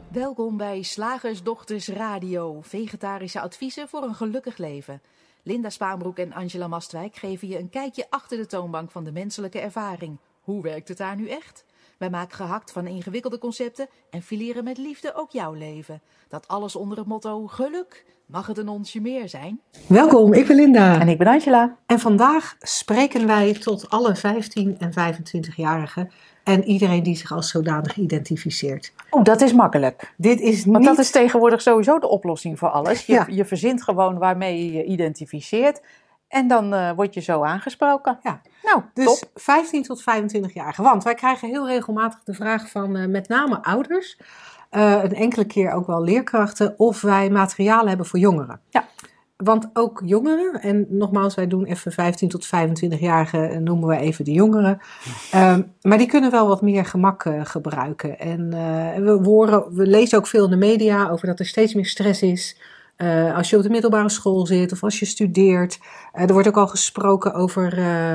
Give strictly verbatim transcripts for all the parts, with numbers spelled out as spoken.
Welkom bij Slagersdochters Radio, vegetarische adviezen voor een gelukkig leven. Linda Spaanbroek en Angela Mastwijk geven je een kijkje achter de toonbank van de menselijke ervaring. Hoe werkt het daar nu echt? Wij maken gehakt van ingewikkelde concepten en fileren met liefde ook jouw leven. Dat alles onder het motto geluk. Mag het een onsje meer zijn? Welkom, ik ben Linda. En ik ben Angela. En vandaag spreken wij tot alle vijftien- en vijfentwintigjarigen en iedereen die zich als zodanig identificeert. Oh, dat is makkelijk. Dit is Want niet... dat is tegenwoordig sowieso de oplossing voor alles. Je, Ja. je verzint gewoon waarmee je je identificeert. En dan uh, word je zo aangesproken. Ja. Nou, Dus top. vijftien tot vijfentwintigjarigen. Want wij krijgen heel regelmatig de vraag van uh, met name ouders, uh, een enkele keer ook wel leerkrachten, of wij materiaal hebben voor jongeren. Ja. Want ook jongeren, en nogmaals, wij doen even vijftien tot vijfentwintigjarigen, noemen we even de jongeren. Um, maar die kunnen wel wat meer gemak uh, gebruiken. En uh, we, horen, we lezen ook veel in de media over dat er steeds meer stress is. Uh, als je op de middelbare school zit of als je studeert. Uh, er wordt ook al gesproken over, uh,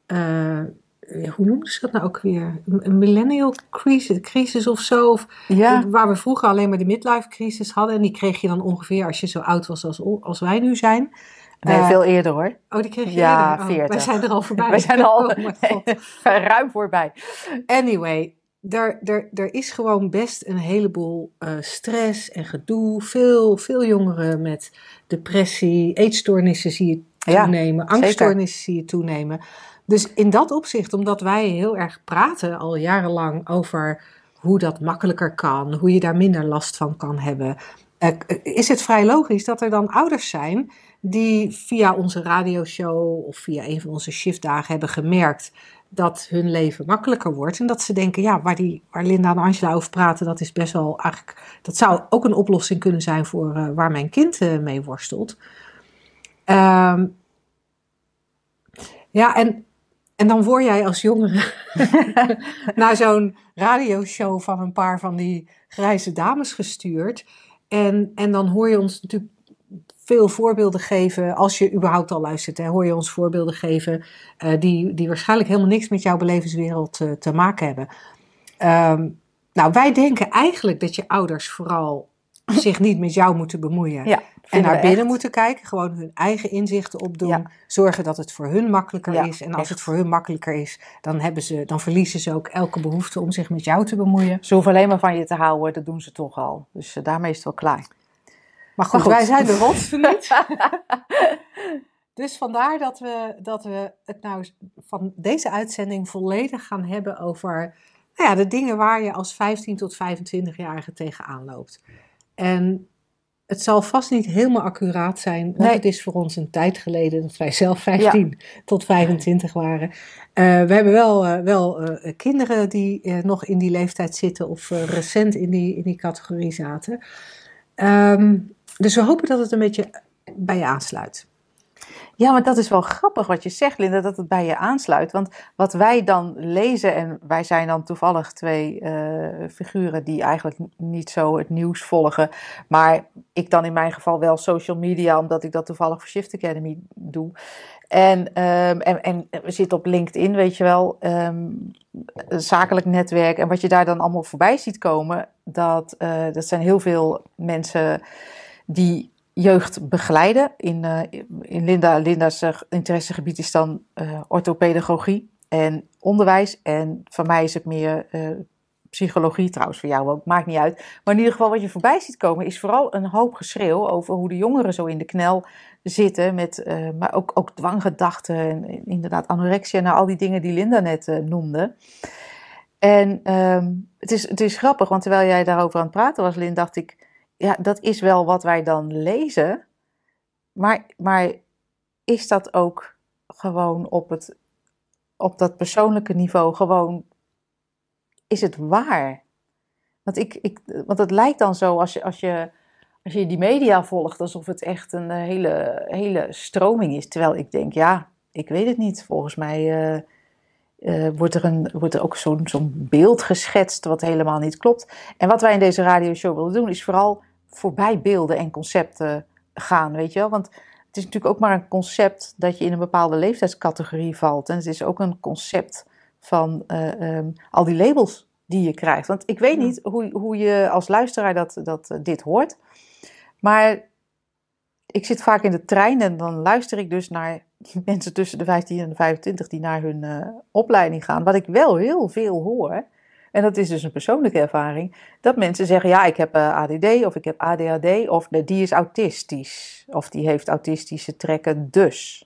uh, hoe noemen ze dat nou ook weer? Een millennial crisis, crisis of zo. Of, Ja. Waar we vroeger alleen maar de midlife crisis hadden. En die kreeg je dan ongeveer als je zo oud was als, als wij nu zijn. Nee, Uh, veel eerder hoor. Oh, die kreeg je Ja, eerder? Oh, veertig. wij zijn er al voorbij. Wij zijn er al Oh, mijn God. ruim voorbij. Anyway, er, er, er is gewoon best een heleboel uh, stress en gedoe. Veel, veel jongeren met depressie, eetstoornissen zie je toenemen, Ja, angststoornissen zie je toenemen. Dus in dat opzicht, omdat wij heel erg praten al jarenlang over hoe dat makkelijker kan, hoe je daar minder last van kan hebben, uh, is het vrij logisch dat er dan ouders zijn die via onze radioshow of via een van onze shiftdagen hebben gemerkt dat hun leven makkelijker wordt. En dat ze denken, ja, waar, die, waar Linda en Angela over praten, dat is best wel eigenlijk, dat zou ook een oplossing kunnen zijn voor uh, waar mijn kind uh, mee worstelt. Um, ja, en, en dan word jij als jongere naar zo'n radioshow van een paar van die grijze dames gestuurd. En, en dan hoor je ons natuurlijk veel voorbeelden geven, als je überhaupt al luistert, hè, hoor je ons voorbeelden geven uh, die, die waarschijnlijk helemaal niks met jouw belevenswereld uh, te maken hebben. Um, nou, wij denken eigenlijk dat je ouders vooral zich niet met jou moeten bemoeien. Ja, en naar binnen echt. moeten kijken, gewoon hun eigen inzichten opdoen, Ja. zorgen dat het voor hun makkelijker Ja, is. En als echt. het voor hun makkelijker is, dan, hebben ze, dan verliezen ze ook elke behoefte om zich met jou te bemoeien. Ze hoeven alleen maar van je te houden, dat doen ze toch al. Dus uh, daarmee is het wel klaar. Maar goed, goed. wij zijn de rotste niet. Dus vandaar dat we, dat we het nou van deze uitzending volledig gaan hebben over nou ja, de dingen waar je als vijftien tot vijfentwintigjarige tegenaan loopt. En het zal vast niet helemaal accuraat zijn, want Nee. het is voor ons een tijd geleden dat wij zelf vijftien ja. tot vijfentwintig waren. Uh, we hebben wel, uh, wel uh, kinderen die uh, nog in die leeftijd zitten of uh, recent in die, in die categorie zaten. Um, dus we hopen dat het een beetje bij je aansluit. Ja, maar dat is wel grappig wat je zegt, Linda, dat het bij je aansluit. Want wat wij dan lezen, en wij zijn dan toevallig twee uh, figuren die eigenlijk niet zo het nieuws volgen. Maar ik dan in mijn geval wel social media, omdat ik dat toevallig voor Shift Academy doe. En, um, en, en we zitten op LinkedIn, weet je wel, um, een zakelijk netwerk. En wat je daar dan allemaal voorbij ziet komen, dat, uh, dat zijn heel veel mensen die jeugd begeleiden. In, uh, in Linda, Linda's uh, interessegebied is dan uh, orthopedagogie en onderwijs. En voor mij is het meer uh, psychologie, trouwens voor jou ook, maakt niet uit. Maar in ieder geval wat je voorbij ziet komen is vooral een hoop geschreeuw over hoe de jongeren zo in de knel zitten. Met, uh, maar ook, ook dwanggedachten en inderdaad anorexia. Nou, al die dingen die Linda net uh, noemde. En um, het, is, het is grappig, want terwijl jij daarover aan het praten was, Lin, dacht ik, ja, dat is wel wat wij dan lezen, maar, maar is dat ook gewoon op, het, op dat persoonlijke niveau gewoon, is het waar? Want, ik, ik, want het lijkt dan zo, als je, als, je, als je die media volgt, alsof het echt een hele, hele stroming is. Terwijl ik denk, ja, ik weet het niet. Volgens mij uh, uh, wordt, er een, wordt er ook zo'n, zo'n beeld geschetst wat helemaal niet klopt. En wat wij in deze radioshow willen doen, is vooral voorbij beelden en concepten gaan, weet je wel. Want het is natuurlijk ook maar een concept dat je in een bepaalde leeftijdscategorie valt. En het is ook een concept van uh, um, al die labels die je krijgt. Want ik weet Ja. niet hoe, hoe je als luisteraar dat, dat, uh, dit hoort. Maar ik zit vaak in de trein en dan luister ik dus naar mensen tussen de vijftien en de vijfentwintig die naar hun uh, opleiding gaan. Wat ik wel heel veel hoor, en dat is dus een persoonlijke ervaring, dat mensen zeggen, ja, ik heb uh, A D D of ik heb A D H D of nee, die is autistisch. Of die heeft autistische trekken dus.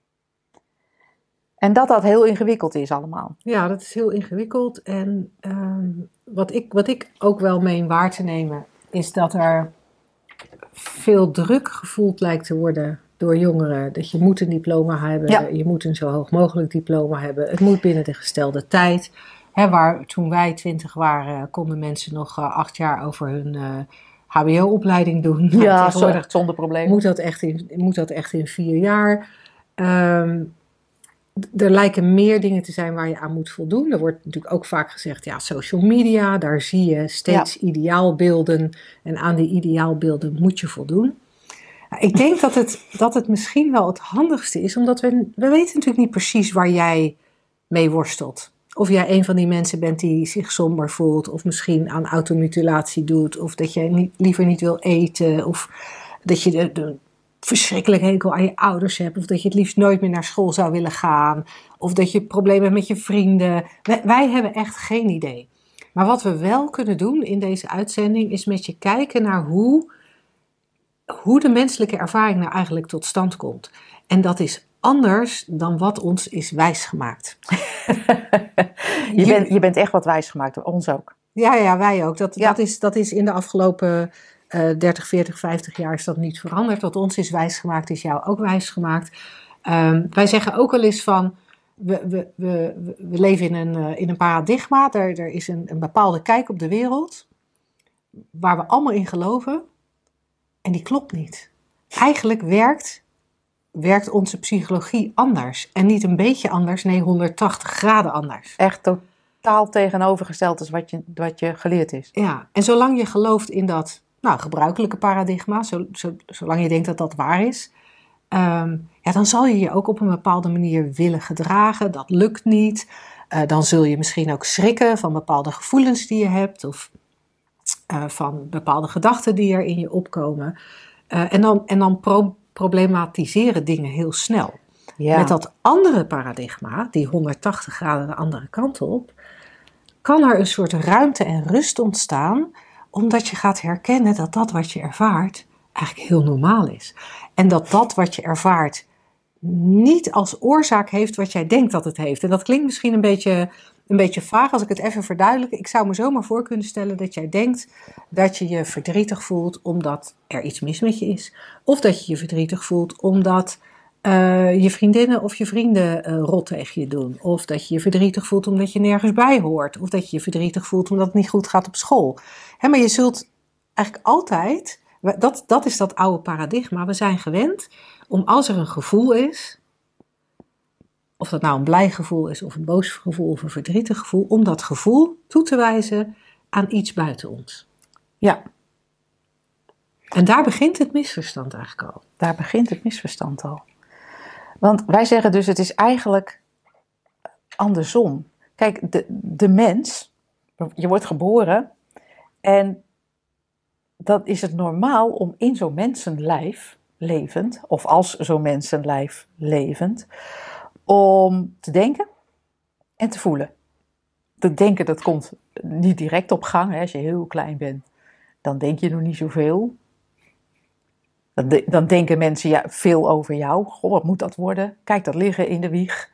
En dat dat heel ingewikkeld is allemaal. Ja, dat is heel ingewikkeld. En um, wat, ik, wat ik ook wel meen waar te nemen, is dat er veel druk gevoeld lijkt te worden door jongeren. Dat je moet een diploma hebben, Ja. je moet een zo hoog mogelijk diploma hebben. Het moet binnen de gestelde tijd. He, waar toen wij twintig waren, konden mensen nog uh, acht jaar over hun uh, H B O-opleiding doen. Nou, Ja, tegenwoordig zonder probleem. moet dat echt in, moet dat echt in vier jaar. Um, Er lijken meer dingen te zijn waar je aan moet voldoen. Er wordt natuurlijk ook vaak gezegd, ja, social media, daar zie je steeds ja. ideaalbeelden. En aan die ideaalbeelden moet je voldoen. Nou, ik denk dat het, dat het misschien wel het handigste is, omdat we, we weten natuurlijk niet precies waar jij mee worstelt. Of jij een van die mensen bent die zich somber voelt, of misschien aan automutilatie doet, of dat je niet, liever niet wil eten, of dat je de, de verschrikkelijk hekel aan je ouders hebt, of dat je het liefst nooit meer naar school zou willen gaan, of dat je problemen hebt met je vrienden. Wij, wij hebben echt geen idee. Maar wat we wel kunnen doen in deze uitzending is met je kijken naar hoe, hoe de menselijke ervaring nou eigenlijk tot stand komt. En dat is anders dan wat ons is wijsgemaakt. je, bent, je bent echt wat wijsgemaakt, ons ook. Ja, ja, wij ook. Dat, ja. dat, is, dat is in de afgelopen Uh, dertig, veertig, vijftig jaar is dat niet veranderd. Wat ons is wijsgemaakt, is jou ook wijsgemaakt. Um, wij zeggen ook wel eens van, we, we, we, we leven in een, uh, in een paradigma. Er, er is een, een bepaalde kijk op de wereld, waar we allemaal in geloven. En die klopt niet. Eigenlijk werkt, werkt onze psychologie anders. En niet een beetje anders, nee, honderdtachtig graden anders. Echt totaal tegenovergesteld is wat je, wat je geleerd is. Ja, en zolang je gelooft in dat Nou, gebruikelijke paradigma, zo, zo, zolang je denkt dat dat waar is, um, ja, dan zal je je ook op een bepaalde manier willen gedragen. Dat lukt niet. Uh, dan zul je misschien ook schrikken van bepaalde gevoelens die je hebt, of uh, van bepaalde gedachten die er in je opkomen. Uh, en dan, en dan pro- problematiseren dingen heel snel. Ja. Met dat andere paradigma, die honderdtachtig graden de andere kant op, kan er een soort ruimte en rust ontstaan, omdat je gaat herkennen dat dat wat je ervaart eigenlijk heel normaal is. En dat dat wat je ervaart niet als oorzaak heeft wat jij denkt dat het heeft. En dat klinkt misschien een beetje, een beetje vaag als ik het even verduidelijk. Ik zou me zomaar voor kunnen stellen dat jij denkt dat je je verdrietig voelt omdat er iets mis met je is. Of dat je je verdrietig voelt omdat uh, je vriendinnen of je vrienden uh, rot tegen je doen. Of dat je je verdrietig voelt omdat je nergens bij hoort. Of dat je je verdrietig voelt omdat het niet goed gaat op school. He, maar je zult eigenlijk altijd, dat, dat is dat oude paradigma, we zijn gewend om als er een gevoel is, of dat nou een blij gevoel is of een boos gevoel of een verdrietig gevoel, om dat gevoel toe te wijzen aan iets buiten ons. Ja. En daar begint het misverstand eigenlijk al. Daar begint het misverstand al. Want wij zeggen dus, het is eigenlijk andersom. Kijk, de, de mens, je wordt geboren en dan is het normaal om in zo'n mensenlijf levend, of als zo'n mensenlijf levend, om te denken en te voelen. Dat denken, dat komt niet direct op gang. Hè. Als je heel klein bent, dan denk je nog niet zoveel. Dan, de, dan denken mensen ja, veel over jou. Goh, wat moet dat worden? Kijk, dat liggen in de wieg.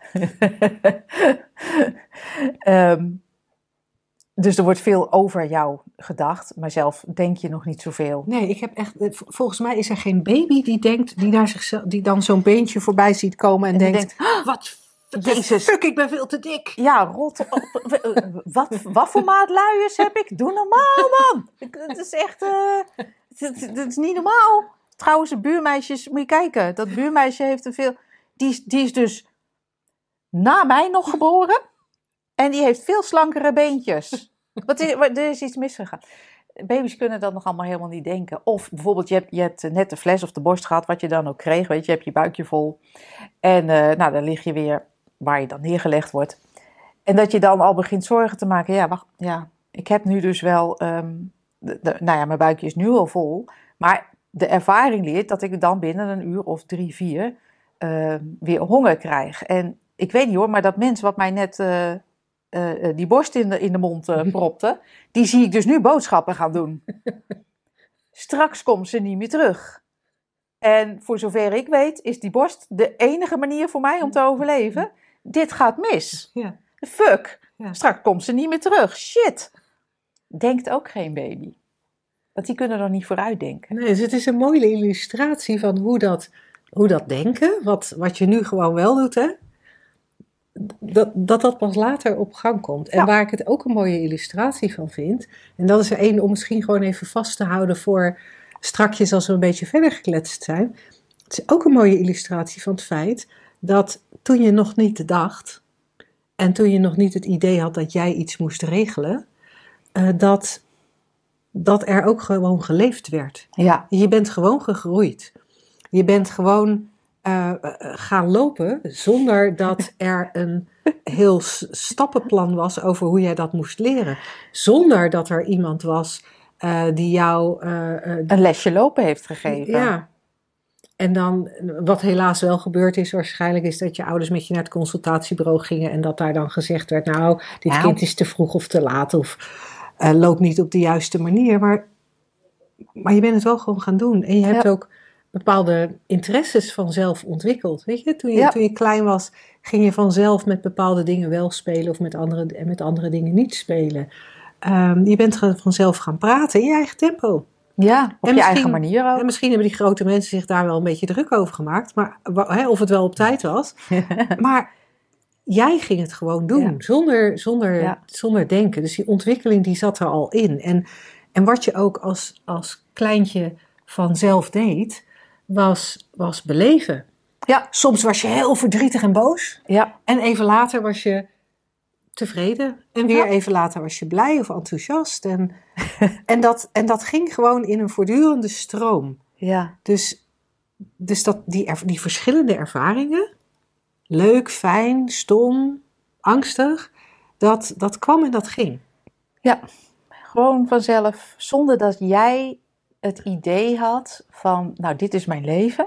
um, dus er wordt veel over jou gedacht, maar zelf denk je nog niet zoveel. Nee, ik heb echt, volgens mij is er geen baby die denkt, die, naar zichzelf, die dan zo'n beentje voorbij ziet komen en, en denkt, denkt oh, wat Jezus. Fuck, ik ben veel te dik. Ja, rot. wat, wat voor maat luiers heb ik? Doe normaal, man. Het is echt, uh, het, het is niet normaal. Trouwens, de buurmeisjes, moet je kijken. Dat buurmeisje heeft een veel, die, die is dus na mij nog geboren. En die heeft veel slankere beentjes. Wat is, er is iets misgegaan. Baby's kunnen dat nog allemaal helemaal niet denken. Of bijvoorbeeld, je hebt, je hebt net de fles of de borst gehad, wat je dan ook kreeg. Weet je, je hebt je buikje vol. En uh, nou, dan lig je weer waar je dan neergelegd wordt. En dat je dan al begint zorgen te maken. Ja, wacht, ja, ik heb nu dus wel, um, de, de, nou ja, mijn buikje is nu al vol, maar de ervaring leert dat ik dan binnen een uur of drie, vier uh, weer honger krijg. En ik weet niet hoor, maar dat mens wat mij net uh, uh, die borst in de, in de mond uh, propte, die zie ik dus nu boodschappen gaan doen. Straks komt ze niet meer terug. En voor zover ik weet, is die borst de enige manier voor mij om te overleven. Dit gaat mis. Ja. Fuck. Ja. Straks komt ze niet meer terug. Shit. Denkt ook geen baby. Want die kunnen er niet vooruit denken. Nee, dus het is een mooie illustratie van hoe dat, hoe dat denken, wat, wat je nu gewoon wel doet, hè, dat, dat dat pas later op gang komt. En Ja. waar ik het ook een mooie illustratie van vind, en dat is er één om misschien gewoon even vast te houden voor strakjes als we een beetje verder gekletst zijn. Het is ook een mooie illustratie van het feit dat toen je nog niet dacht en toen je nog niet het idee had dat jij iets moest regelen, uh, dat, dat er ook gewoon geleefd werd. Ja. Je bent gewoon gegroeid. Je bent gewoon uh, gaan lopen zonder dat er een heel stappenplan was over hoe jij dat moest leren. Zonder dat er iemand was uh, die jou uh, uh, een lesje lopen heeft gegeven. Ja. En dan, wat helaas wel gebeurd is waarschijnlijk, is dat je ouders met je naar het consultatiebureau gingen en dat daar dan gezegd werd, nou, dit Nou. kind is te vroeg of te laat of uh, loopt niet op de juiste manier. Maar, maar je bent het wel gewoon gaan doen. En je hebt Ja. ook bepaalde interesses vanzelf ontwikkeld. Weet je? Toen je, Ja. toen je klein was, ging je vanzelf met bepaalde dingen wel spelen of met andere, en met andere dingen niet spelen. Um, je bent vanzelf gaan praten in je eigen tempo. Ja, op En je eigen manier ook. En misschien hebben die grote mensen zich daar wel een beetje druk over gemaakt. Maar, hè, of het wel op tijd was. Maar jij ging het gewoon doen. Ja. Zonder, zonder, Ja. zonder denken. Dus die ontwikkeling die zat er al in. En, en wat je ook als, als kleintje vanzelf deed, was, was beleven. Ja. Soms was je heel verdrietig en boos. Ja. En even later was je tevreden. En weer Ja. even later was je blij of enthousiast. En, en, dat, en dat ging gewoon in een voortdurende stroom. Ja. Dus, dus dat, die, er, die verschillende ervaringen, leuk, fijn, stom, angstig, dat, dat kwam en dat ging. Ja, gewoon vanzelf, zonder dat jij het idee had van, nou, dit is mijn leven.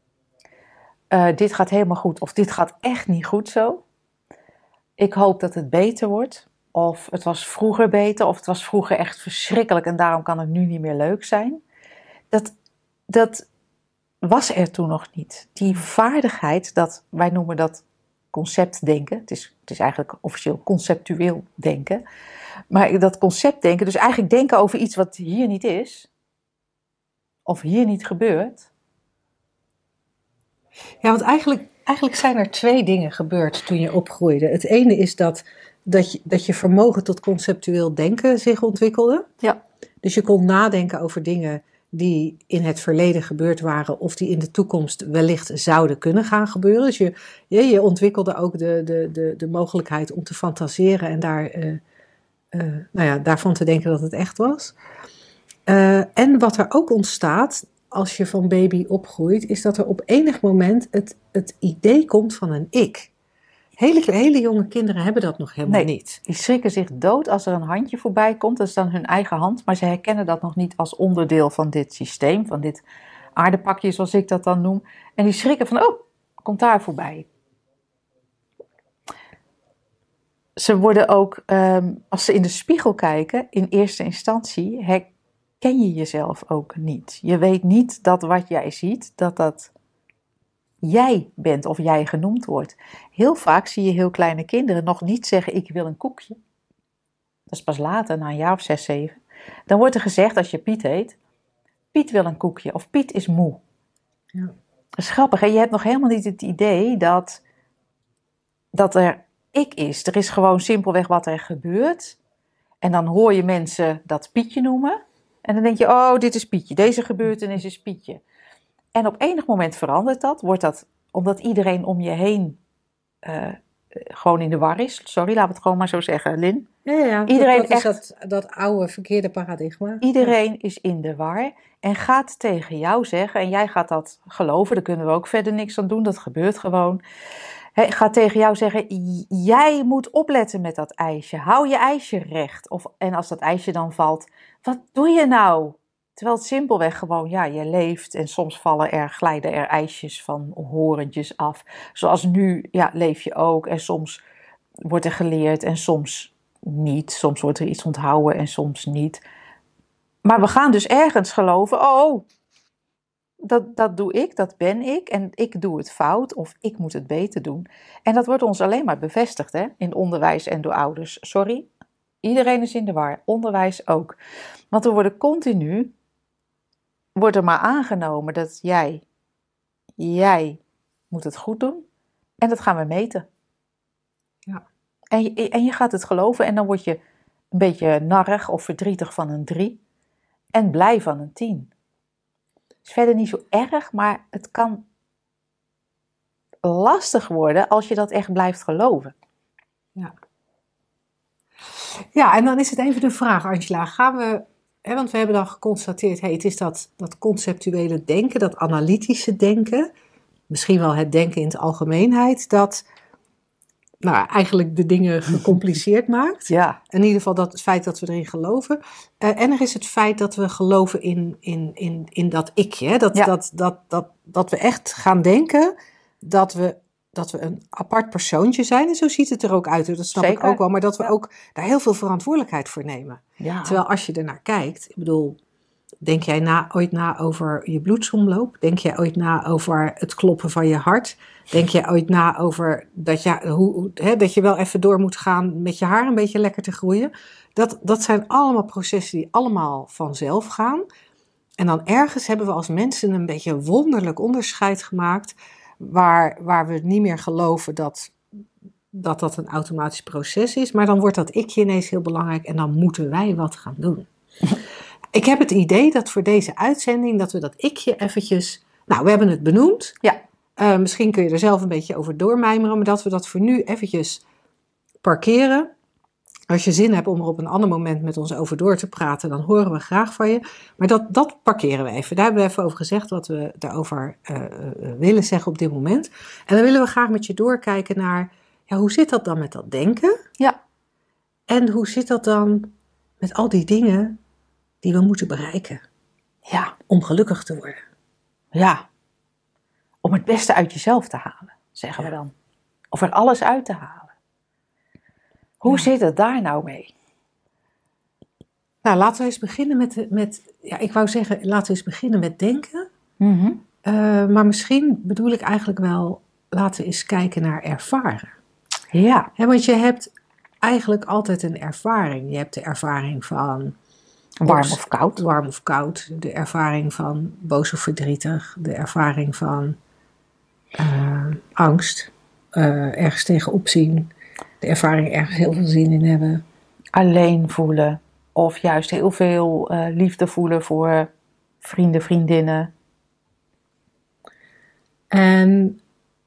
Uh, dit gaat helemaal goed of dit gaat echt niet goed zo. Ik hoop dat het beter wordt. Of het was vroeger beter, of het was vroeger echt verschrikkelijk en daarom kan het nu niet meer leuk zijn. Dat, dat was er toen nog niet. Die vaardigheid, dat, wij noemen dat conceptdenken. Het is, het is eigenlijk officieel conceptueel denken. Maar dat conceptdenken, dus eigenlijk denken over iets wat hier niet is. Of hier niet gebeurt. Ja, want eigenlijk, eigenlijk zijn er twee dingen gebeurd toen je opgroeide. Het ene is dat, dat, je, dat je vermogen tot conceptueel denken zich ontwikkelde. Ja. Dus je kon nadenken over dingen die in het verleden gebeurd waren of die in de toekomst wellicht zouden kunnen gaan gebeuren. Dus je, je, je ontwikkelde ook de, de, de, de mogelijkheid om te fantaseren en daar, uh, uh, nou ja, daarvan te denken dat het echt was. Uh, en wat er ook ontstaat als je van baby opgroeit, is dat er op enig moment het, het idee komt van een ik. Hele, hele jonge kinderen hebben dat nog helemaal nee, niet. Die schrikken zich dood als er een handje voorbij komt. Dat is dan hun eigen hand, maar ze herkennen dat nog niet als onderdeel van dit systeem, van dit aardepakje zoals ik dat dan noem. En die schrikken van, oh, komt daar voorbij. Ze worden ook, um, als ze in de spiegel kijken, in eerste instantie herken je jezelf ook niet. Je weet niet dat wat jij ziet, dat dat jij bent of jij genoemd wordt. Heel vaak zie je heel kleine kinderen nog niet zeggen, ik wil een koekje. Dat is pas later, na een jaar of zes, zeven. Dan wordt er gezegd, als je Piet heet, Piet wil een koekje of Piet is moe. Ja. Dat is grappig, hè? Je hebt nog helemaal niet het idee dat, dat er ik is. Er is gewoon simpelweg wat er gebeurt. En dan hoor je mensen dat Pietje noemen. En dan denk je, oh, dit is Pietje. Deze gebeurtenis is Pietje. En op enig moment verandert dat. Wordt dat, omdat iedereen om je heen uh, gewoon in de war is. Sorry, laten we het gewoon maar zo zeggen, Lin. Ja, ja, iedereen dat, dat echt, is dat, dat oude verkeerde paradigma. Iedereen ja. is in de war en gaat tegen jou zeggen, en jij gaat dat geloven, daar kunnen we ook verder niks aan doen, dat gebeurt gewoon. He, gaat tegen jou zeggen, jij moet opletten met dat ijsje. Hou je ijsje recht. Of, en als dat ijsje dan valt, wat doe je nou? Terwijl het simpelweg gewoon, ja, je leeft en soms vallen er, glijden er ijsjes van horentjes af. Zoals nu, ja, leef je ook en soms wordt er geleerd en soms niet. Soms wordt er iets onthouden en soms niet. Maar we gaan dus ergens geloven, oh, dat, dat doe ik, dat ben ik en ik doe het fout of ik moet het beter doen. En dat wordt ons alleen maar bevestigd, hè, in onderwijs en door ouders. Sorry, iedereen is in de war, onderwijs ook. Want we worden continu, wordt er maar aangenomen dat jij, jij moet het goed doen en dat gaan we meten. Ja. En je, en je gaat het geloven en dan word je een beetje narrig of verdrietig van een drie en blij van een tien. Het is verder niet zo erg, maar het kan lastig worden als je dat echt blijft geloven. Ja. Ja, en dan is het even de vraag, Angela, gaan we, hè, want we hebben dan geconstateerd, hey, het is dat, dat conceptuele denken, dat analytische denken, misschien wel het denken in het algemeenheid, dat nou, eigenlijk de dingen gecompliceerd maakt. Ja. In ieder geval dat het feit dat we erin geloven. Uh, en er is het feit dat we geloven in, in, in, in dat ikje. Hè? Dat, Ja. dat, dat, dat, dat we echt gaan denken dat we, dat we een apart persoontje zijn. En zo ziet het er ook uit. Dat snap Zeker. ik ook wel. Maar dat we Ja. ook daar heel veel verantwoordelijkheid voor nemen. Ja. Terwijl als je ernaar kijkt, ik bedoel, denk jij na, ooit na over je bloedsomloop? Denk jij ooit na over het kloppen van je hart? Denk je ooit na over dat je, hoe, hè, dat je wel even door moet gaan met je haar een beetje lekker te groeien? Dat, dat zijn allemaal processen die allemaal vanzelf gaan. En dan ergens hebben we als mensen een beetje een wonderlijk onderscheid gemaakt, waar, waar we niet meer geloven dat, dat dat een automatisch proces is. Maar dan wordt dat ikje ineens heel belangrijk en dan moeten wij wat gaan doen. Ik heb het idee dat voor deze uitzending dat we dat ikje eventjes, nou, we hebben het benoemd. Ja. Uh, misschien kun je er zelf een beetje over doormijmeren, maar dat we dat voor nu eventjes parkeren. Als je zin hebt om er op een ander moment met ons over door te praten, dan horen we graag van je. Maar dat, dat parkeren we even. Daar hebben we even over gezegd wat we daarover uh, uh, willen zeggen op dit moment. En dan willen we graag met je doorkijken naar, ja, hoe zit dat dan met dat denken? Ja. En hoe zit dat dan met al die dingen die we moeten bereiken Ja. om gelukkig te worden? Ja. Om het beste uit jezelf te halen, zeggen Ja. we dan. Of er alles uit te halen. Hoe Ja. zit het daar nou mee? Nou, laten we eens beginnen met, met ja, ik wou zeggen, laten we eens beginnen met denken. Mm-hmm. Uh, maar misschien bedoel ik eigenlijk wel, laten we eens kijken naar ervaren. Ja. He, want je hebt eigenlijk altijd een ervaring. Je hebt de ervaring van Warm of koud. Warm of koud. De ervaring van boos of verdrietig. De ervaring van uh, angst. Uh, ergens tegenop zien. De ervaring ergens heel veel zin in hebben. Alleen voelen. Of juist heel veel uh, liefde voelen voor vrienden, vriendinnen. En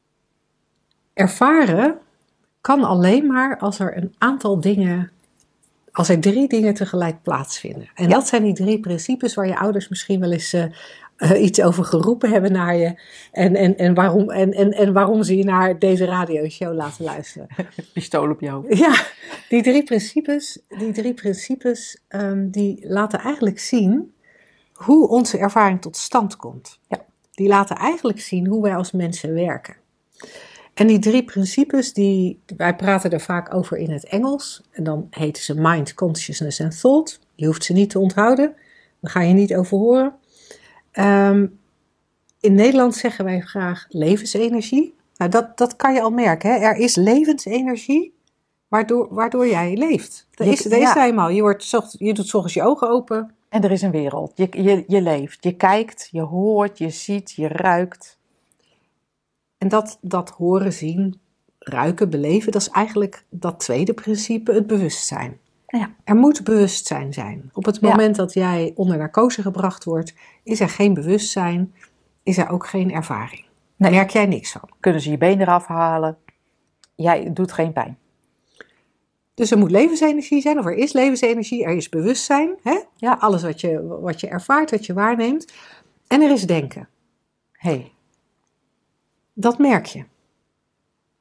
ervaren kan alleen maar als er een aantal dingen, als er drie dingen tegelijk plaatsvinden. En Ja. dat zijn die drie principes waar je ouders misschien wel eens uh, uh, iets over geroepen hebben naar je. En, en, en, waarom, en, en, en waarom ze je naar deze radioshow laten luisteren. Pistool op je hoofd. Ja, die drie principes, die drie principes um, die laten eigenlijk zien hoe onze ervaring tot stand komt. Ja. Die laten eigenlijk zien hoe wij als mensen werken. En die drie principes, die, wij praten er vaak over in het Engels. En dan heten ze mind, consciousness en thought. Je hoeft ze niet te onthouden. Daar ga je niet over horen. Um, in Nederland zeggen wij graag levensenergie. Nou, dat, dat kan je al merken. Hè? Er is levensenergie waardoor, waardoor jij leeft. Dat is, dat is ja. eenmaal. Je, wordt, je doet 's ochtends je ogen open. En er is een wereld. Je, je, je leeft. Je kijkt, je hoort, je ziet, je ruikt. En dat, dat horen, zien, ruiken, beleven, dat is eigenlijk dat tweede principe, het bewustzijn. Ja. Er moet bewustzijn zijn. Op het moment ja. dat jij onder narcose gebracht wordt, is er geen bewustzijn, is er ook geen ervaring. Daar nee. merk jij niks van. Kunnen ze je been eraf halen. Jij doet geen pijn. Dus er moet levensenergie zijn, of er is levensenergie, er is bewustzijn. Hè? Ja. Alles wat je, wat je ervaart, wat je waarneemt. En er is denken. Hey. Dat merk je.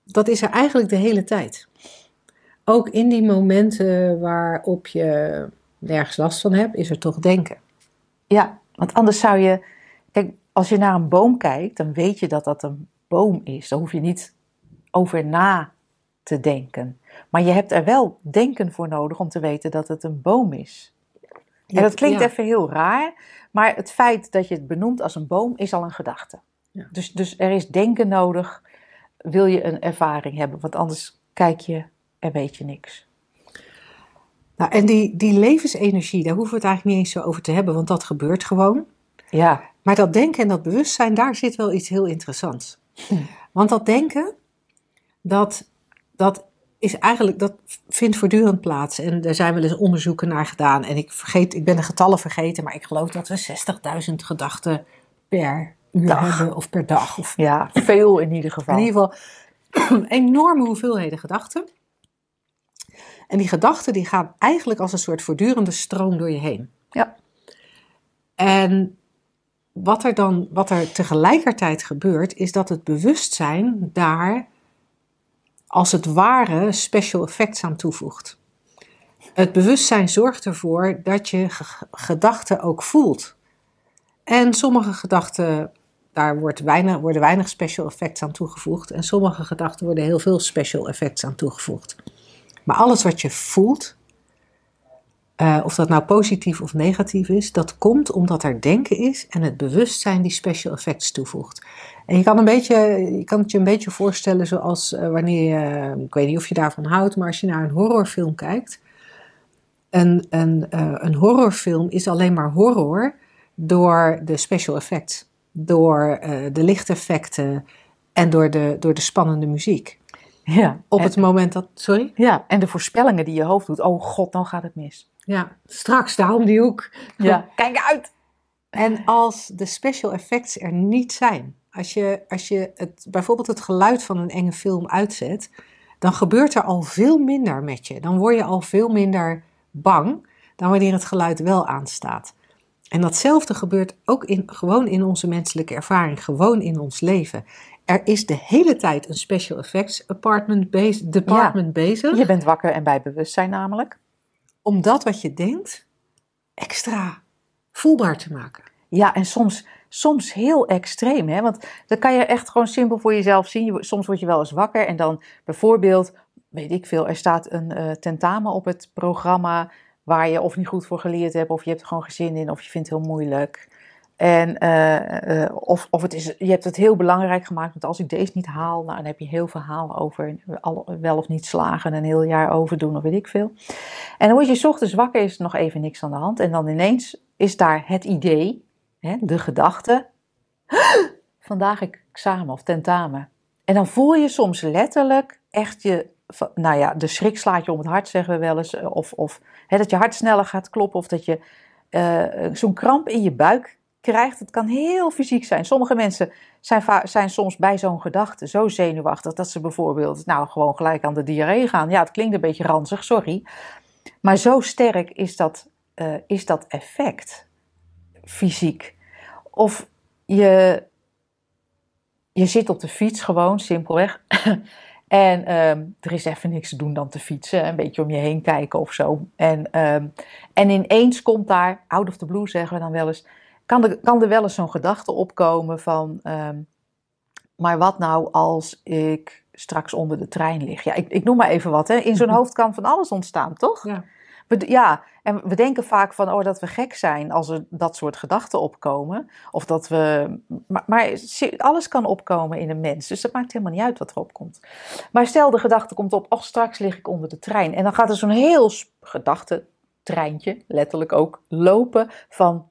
dat is er eigenlijk de hele tijd. Ook in die momenten waarop je nergens last van hebt, is er toch denken. Ja, want anders zou je... Kijk, als je naar een boom kijkt, dan weet je dat dat een boom is. Daar hoef je niet over na te denken. Maar je hebt er wel denken voor nodig om te weten dat het een boom is. En dat klinkt ja. even heel raar, maar het feit dat je het benoemt als een boom is al een gedachte. Ja. Dus, dus er is denken nodig, wil je een ervaring hebben, want anders kijk je en weet je niks. Nou, en die, die levensenergie, daar hoeven we het eigenlijk niet eens zo over te hebben, want dat gebeurt gewoon. Ja. Maar dat denken en dat bewustzijn, daar zit wel iets heel interessants. Hm. Want dat denken, dat, dat is eigenlijk, dat vindt voortdurend plaats. En er zijn wel eens onderzoeken naar gedaan. En ik, vergeet, ik ben de getallen vergeten, maar ik geloof dat we zestigduizend gedachten per uur dag. hebben of per dag. Of, ja, veel in ieder geval. In ieder geval enorme hoeveelheden gedachten. En die gedachten die gaan eigenlijk als een soort voortdurende stroom door je heen. Ja. En wat er dan, wat er tegelijkertijd gebeurt, is dat het bewustzijn daar als het ware special effects aan toevoegt. Het bewustzijn zorgt ervoor dat je g- gedachten ook voelt. En sommige gedachten, daar wordt weinig, worden weinig special effects aan toegevoegd. En sommige gedachten worden heel veel special effects aan toegevoegd. Maar alles wat je voelt, uh, of dat nou positief of negatief is, dat komt omdat er denken is en het bewustzijn die special effects toevoegt. En je kan, een beetje, je kan het je een beetje voorstellen zoals uh, wanneer je, uh, ik weet niet of je daarvan houdt, maar als je naar een horrorfilm kijkt. Een, een, uh, een horrorfilm is alleen maar horror door de special effects, door uh, de lichteffecten en door de, door de spannende muziek. Ja, Op en, het moment dat, sorry? Ja, en de voorspellingen die je hoofd doet. Oh god, nou gaat het mis. Ja, straks daar om die hoek. Ja, kijk uit! En als de special effects er niet zijn, als je, als je het, bijvoorbeeld het geluid van een enge film uitzet, dan gebeurt er al veel minder met je. Dan word je al veel minder bang dan wanneer het geluid wel aanstaat. En datzelfde gebeurt ook in, gewoon in onze menselijke ervaring, gewoon in ons leven. Er is de hele tijd een special effects apartment bezig, department ja, bezig. Je bent wakker en bij bewustzijn namelijk. Om dat wat je denkt extra voelbaar te maken. Ja, en soms, soms heel extreem. Hè? Want dan kan je echt gewoon simpel voor jezelf zien. Soms word je wel eens wakker en dan bijvoorbeeld, weet ik veel, er staat een uh, tentamen op het programma waar je of niet goed voor geleerd hebt, of je hebt er gewoon geen zin in, of je vindt het heel moeilijk. En, uh, uh, of, of het is, je hebt het heel belangrijk gemaakt, want als ik deze niet haal, nou, dan heb je heel verhaal over al, wel of niet slagen, een heel jaar overdoen, of weet ik veel. En dan word je 's ochtends wakker, is er nog even niks aan de hand. En dan ineens is daar het idee, hè, de gedachte, vandaag examen of tentamen. En dan voel je soms letterlijk echt je, nou ja, de schrik slaat je om het hart, zeggen we wel eens. Of, of hè, dat je hart sneller gaat kloppen, of dat je uh, zo'n kramp in je buik krijgt. Het kan heel fysiek zijn. Sommige mensen zijn, va- zijn soms bij zo'n gedachte zo zenuwachtig dat ze bijvoorbeeld nou gewoon gelijk aan de diarree gaan. Ja, het klinkt een beetje ranzig, sorry. Maar zo sterk is dat, uh, is dat effect fysiek. Of je, je zit op de fiets gewoon, simpelweg. En um, er is even niks te doen dan te fietsen. Een beetje om je heen kijken of zo. En, um, en ineens komt daar, out of the blue zeggen we dan wel eens, kan er, kan er wel eens zo'n gedachte opkomen van, um, maar wat nou als ik straks onder de trein lig? Ja, ik, ik noem maar even wat. Hè. In zo'n hoofd kan van alles ontstaan, toch? Ja. We, ja, en we denken vaak van, oh, dat we gek zijn als er dat soort gedachten opkomen. Of dat we, maar, maar alles kan opkomen in een mens, dus dat maakt helemaal niet uit wat er opkomt. Maar stel de gedachte komt op, oh, straks lig ik onder de trein. En dan gaat er zo'n heel gedachtentreintje, letterlijk ook, lopen van,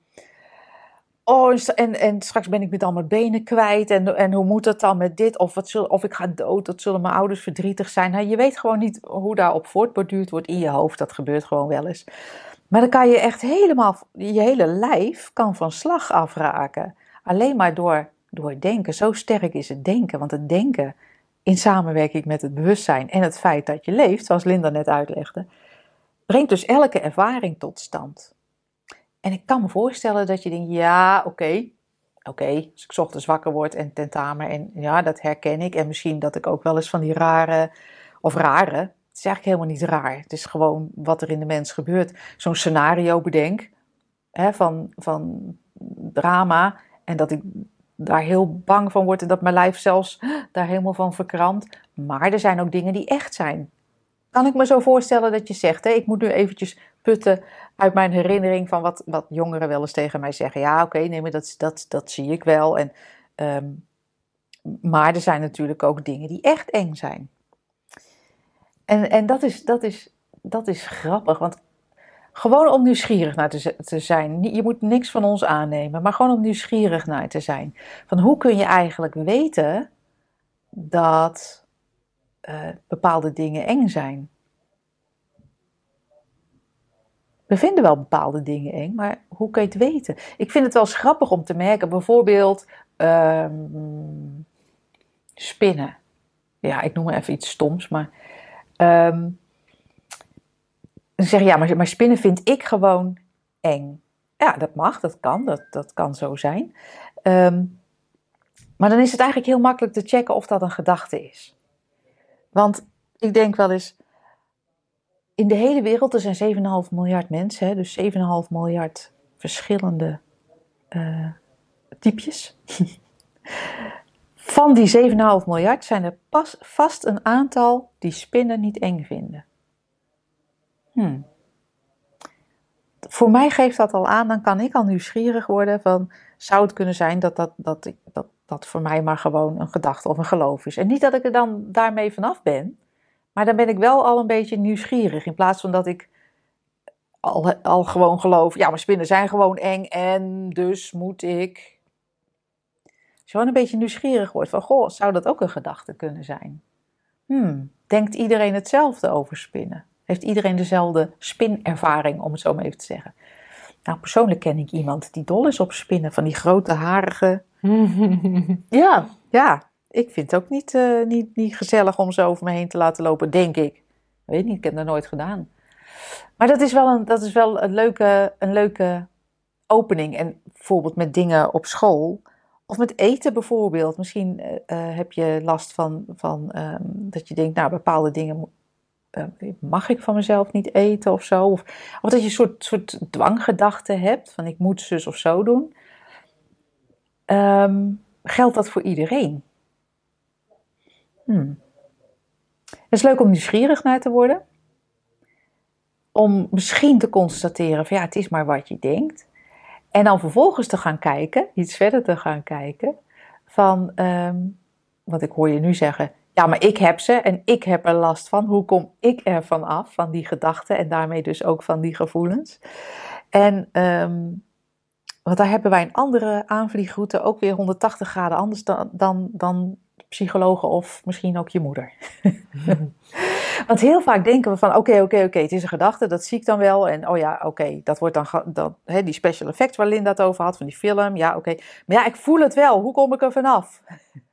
oh, en, en straks ben ik met al mijn benen kwijt. En, en hoe moet dat dan met dit? Of, wat zul, of ik ga dood, dat zullen mijn ouders verdrietig zijn. Nou, je weet gewoon niet hoe daarop voortborduurd wordt in je hoofd. Dat gebeurt gewoon wel eens. Maar dan kan je echt helemaal, je hele lijf kan van slag afraken. Alleen maar door, door denken. Zo sterk is het denken. Want het denken in samenwerking met het bewustzijn en het feit dat je leeft, zoals Linda net uitlegde, brengt dus elke ervaring tot stand. En ik kan me voorstellen dat je denkt, ja, oké, okay, Oké, okay, als ik 's ochtends wakker word en tentamen, en ja, dat herken ik. En misschien dat ik ook wel eens van die rare, of rare, het is eigenlijk helemaal niet raar. Het is gewoon wat er in de mens gebeurt. Zo'n scenario bedenk, hè, van, van drama, en dat ik daar heel bang van word en dat mijn lijf zelfs daar helemaal van verkrampt. Maar er zijn ook dingen die echt zijn. Kan ik me zo voorstellen dat je zegt, hè, ik moet nu eventjes putten uit mijn herinnering van wat, wat jongeren wel eens tegen mij zeggen. Ja, oké, okay, nee, maar dat, dat, dat zie ik wel. En, um, maar er zijn natuurlijk ook dingen die echt eng zijn. En, en dat, is, dat, is, dat is grappig, want gewoon om nieuwsgierig naar te, te zijn. Je moet niks van ons aannemen, maar gewoon om nieuwsgierig naar te zijn. Van hoe kun je eigenlijk weten dat uh, bepaalde dingen eng zijn? We vinden wel bepaalde dingen eng, maar hoe kun je het weten? Ik vind het wel eens grappig om te merken, bijvoorbeeld um, spinnen. Ja, ik noem maar even iets stoms, maar um, dan zeg je, ja, maar, maar spinnen vind ik gewoon eng. Ja, dat mag, dat kan, dat, dat kan zo zijn. Um, maar dan is het eigenlijk heel makkelijk te checken of dat een gedachte is. Want ik denk wel eens, in de hele wereld, er zijn zeven komma vijf miljard mensen, hè, dus zeven komma vijf miljard verschillende uh, typjes. Van die zeven komma vijf miljard zijn er pas, vast een aantal die spinnen niet eng vinden. Hmm. Voor mij geeft dat al aan, dan kan ik al nieuwsgierig worden van, zou het kunnen zijn dat dat, dat, dat, dat voor mij maar gewoon een gedachte of een geloof is. En niet dat ik er dan daarmee vanaf ben, maar dan ben ik wel al een beetje nieuwsgierig, in plaats van dat ik al, al gewoon geloof, ja, maar spinnen zijn gewoon eng en dus moet ik. Als je gewoon een beetje nieuwsgierig wordt van, goh, zou dat ook een gedachte kunnen zijn? Hmm, denkt iedereen hetzelfde over spinnen? Heeft iedereen dezelfde spinervaring, om het zo maar even te zeggen? Nou, persoonlijk ken ik iemand die dol is op spinnen, van die grote harige. ja, ja. Ik vind het ook niet, uh, niet, niet gezellig om ze over me heen te laten lopen, denk ik. Ik weet niet, ik heb dat nooit gedaan. Maar dat is wel een, dat is wel een, leuke, een leuke opening. En bijvoorbeeld met dingen op school. Of met eten bijvoorbeeld. Misschien uh, uh, heb je last van, van um, dat je denkt, nou, bepaalde dingen uh, mag ik van mezelf niet eten of zo. Of, of dat je een soort, soort dwanggedachte hebt, van ik moet zus of zo doen. Um, geldt dat voor iedereen? Hmm. Het is leuk om nieuwsgierig naar te worden. Om misschien te constateren van ja, het is maar wat je denkt. En dan vervolgens te gaan kijken, iets verder te gaan kijken. Van, um, wat ik hoor je nu zeggen, ja, maar ik heb ze en ik heb er last van. Hoe kom ik ervan af, van die gedachten en daarmee dus ook van die gevoelens? En, um, want daar hebben wij een andere aanvliegroute, ook weer honderdtachtig graden anders dan, dan, dan psychologen of misschien ook je moeder. Want heel vaak denken we van, oké, okay, oké, okay, oké, okay, het is een gedachte, dat zie ik dan wel. En oh ja, oké, okay, dat wordt dan, dat, hè, die special effects waar Linda het over had, van die film, ja, oké. Okay. Maar ja, ik voel het wel, hoe kom ik er vanaf?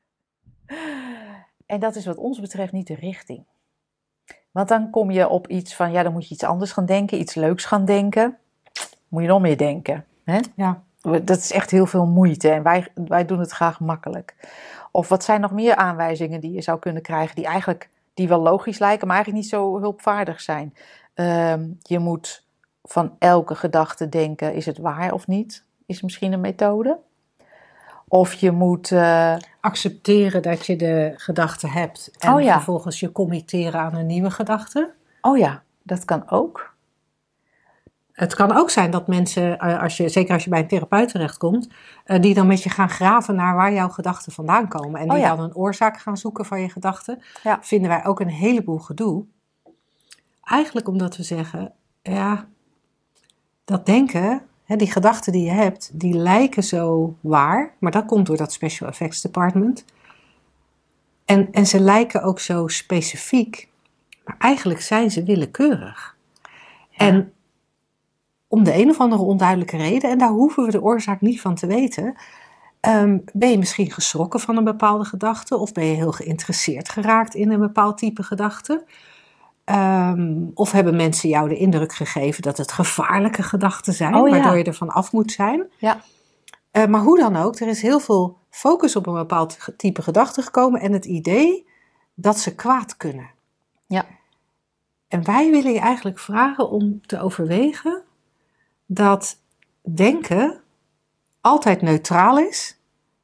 En dat is wat ons betreft niet de richting. Want dan kom je op iets van, ja, dan moet je iets anders gaan denken, iets leuks gaan denken. Moet je nog meer denken. Hè? Ja. Dat is echt heel veel moeite en wij, wij doen het graag makkelijk. Of wat zijn nog meer aanwijzingen die je zou kunnen krijgen, die eigenlijk die wel logisch lijken, maar eigenlijk niet zo hulpvaardig zijn. Um, je moet van elke gedachte denken, is het waar of niet? Is misschien een methode. Of je moet Uh... accepteren dat je de gedachte hebt en oh ja. vervolgens je committeren aan een nieuwe gedachte. Oh ja, dat kan ook. Het kan ook zijn dat mensen, als je, zeker als je bij een therapeut terechtkomt, die dan met je gaan graven naar waar jouw gedachten vandaan komen. En die oh ja. dan een oorzaak gaan zoeken van je gedachten. Ja. Vinden wij ook een heleboel gedoe. Eigenlijk omdat we zeggen, ja, dat denken, hè, die gedachten die je hebt, die lijken zo waar. Maar dat komt door dat Special Effects Department. En, en ze lijken ook zo specifiek. Maar eigenlijk zijn ze willekeurig. Ja. En om de een of andere onduidelijke reden, en daar hoeven we de oorzaak niet van te weten, um, ben je misschien geschrokken van een bepaalde gedachte, of ben je heel geïnteresseerd geraakt in een bepaald type gedachte. Um, of hebben mensen jou de indruk gegeven dat het gevaarlijke gedachten zijn, oh, ja. waardoor je ervan af moet zijn. Ja. Uh, maar hoe dan ook, er is heel veel focus op een bepaald type gedachte gekomen en het idee dat ze kwaad kunnen. Ja. En wij willen je eigenlijk vragen om te overwegen dat denken altijd neutraal is.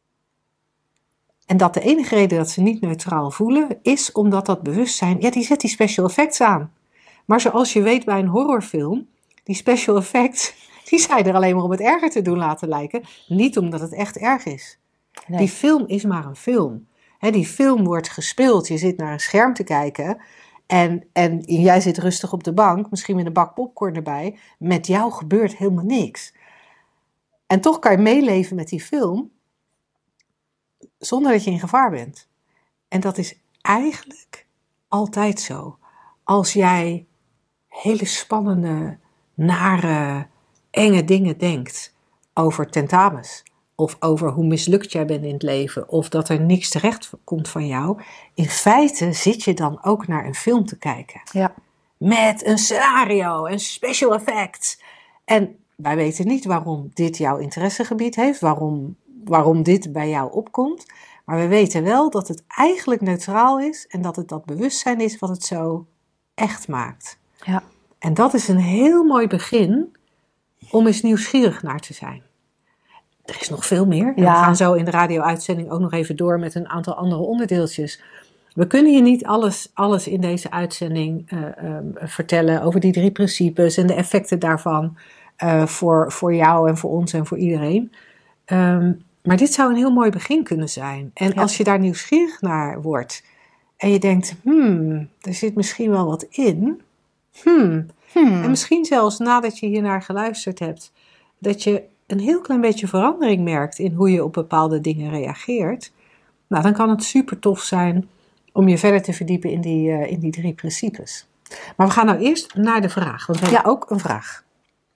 En dat de enige reden dat ze niet neutraal voelen is omdat dat bewustzijn, ja, die zet die special effects aan. Maar zoals je weet bij een horrorfilm, die special effects, die zijn er alleen maar om het erger te doen laten lijken. Niet omdat het echt erg is. Nee. Die film is maar een film. He, die film wordt gespeeld, je zit naar een scherm te kijken en, en jij zit rustig op de bank, misschien met een bak popcorn erbij. Met jou gebeurt helemaal niks. En toch kan je meeleven met die film zonder dat je in gevaar bent. En dat is eigenlijk altijd zo. Als jij hele spannende, nare, enge dingen denkt over tentamens, of over hoe mislukt jij bent in het leven, of dat er niks terecht komt van jou, in feite zit je dan ook naar een film te kijken. Ja. Met een scenario en special effects. En wij weten niet waarom dit jouw interessegebied heeft, waarom, waarom dit bij jou opkomt, maar we weten wel dat het eigenlijk neutraal is en dat het dat bewustzijn is wat het zo echt maakt. Ja. En dat is een heel mooi begin om eens nieuwsgierig naar te zijn. Er is nog veel meer. En Ja. we gaan zo in de radio-uitzending ook nog even door met een aantal andere onderdeeltjes. We kunnen je niet alles, alles in deze uitzending uh, uh, vertellen over die drie principes en de effecten daarvan uh, voor, voor jou en voor ons en voor iedereen. Um, maar dit zou een heel mooi begin kunnen zijn. En Ja. als je daar nieuwsgierig naar wordt en je denkt, hmm, er zit misschien wel wat in. Hmm. Hmm. En misschien zelfs nadat je hiernaar geluisterd hebt, dat je een heel klein beetje verandering merkt in hoe je op bepaalde dingen reageert. Nou, dan kan het super tof zijn om je verder te verdiepen in die, uh, in die drie principes. Maar we gaan nou eerst naar de vraag, want we hebben Ja. ook een vraag.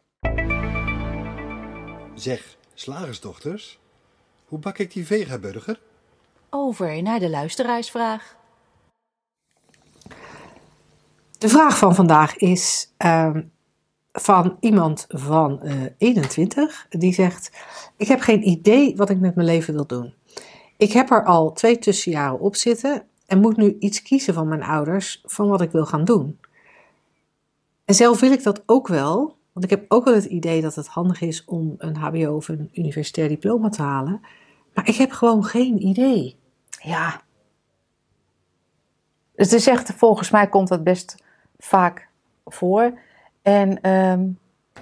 Zeg, slagersdochters, hoe bak ik die vegaburger? Over naar de luisteraarsvraag. De vraag van vandaag is uh, van iemand van uh, eenentwintig. Die zegt, ik heb geen idee wat ik met mijn leven wil doen. Ik heb er al twee tussenjaren op zitten en moet nu iets kiezen van mijn ouders van wat ik wil gaan doen. En zelf wil ik dat ook wel, want ik heb ook wel het idee dat het handig is om een hbo of een universitair diploma te halen. Maar ik heb gewoon geen idee. Ja. Het is echt, volgens mij komt dat best vaak voor. En um,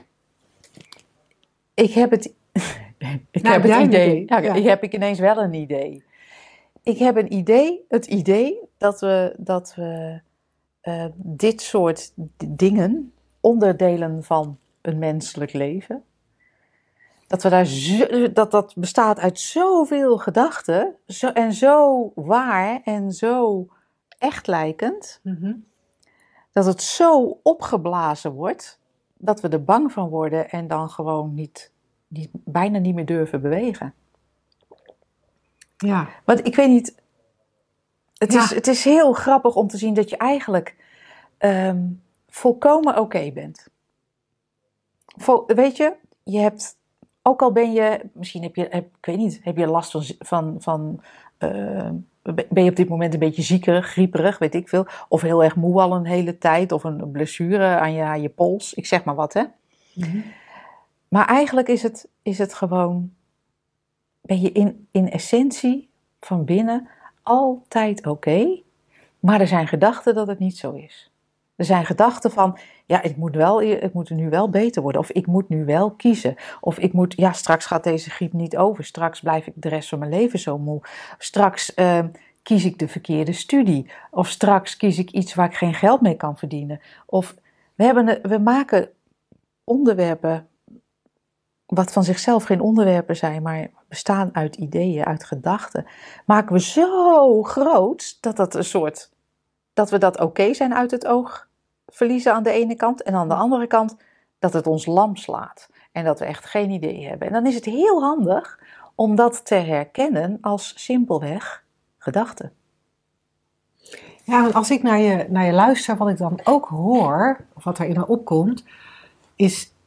ik heb het, ik nou, heb het idee, idee. Ja, Ja. ik heb ik ineens wel een idee. Ik heb een idee, het idee dat we, dat we uh, dit soort dingen, onderdelen van een menselijk leven, dat we daar zo, dat dat bestaat uit zoveel gedachten zo, en zo waar en zo echt lijkend, Mm-hmm. dat het zo opgeblazen wordt dat we er bang van worden en dan gewoon niet, niet, bijna niet meer durven bewegen. Ja. Want ik weet niet, het, Ja. is, het is heel grappig om te zien dat je eigenlijk um, volkomen oké okay bent. Vol, weet je, je hebt, ook al ben je, misschien heb je, heb, ik weet niet, heb je last van, van, van uh, ben je op dit moment een beetje ziekerig, grieperig, weet ik veel. Of heel erg moe al een hele tijd, of een blessure aan je, aan je pols, ik zeg maar wat, hè. Mm-hmm. Maar eigenlijk is het, is het gewoon, ben je in, in essentie van binnen altijd oké, okay, maar er zijn gedachten dat het niet zo is. Er zijn gedachten van, ja, het moet, wel, het moet nu wel beter worden. Of ik moet nu wel kiezen. Of ik moet, ja, straks gaat deze griep niet over. Straks blijf ik de rest van mijn leven zo moe. Straks uh, kies ik de verkeerde studie. Of straks kies ik iets waar ik geen geld mee kan verdienen. Of we, hebben, we maken onderwerpen, wat van zichzelf geen onderwerpen zijn, maar bestaan uit ideeën, uit gedachten. Maken we zo groot dat dat een soort, dat we dat oké okay zijn uit het oog verliezen aan de ene kant. En aan de andere kant dat het ons lam slaat. En dat we echt geen idee hebben. En dan is het heel handig om dat te herkennen als simpelweg gedachten. Ja, want als ik naar je, naar je luister, wat ik dan ook hoor, of wat er in me opkomt, is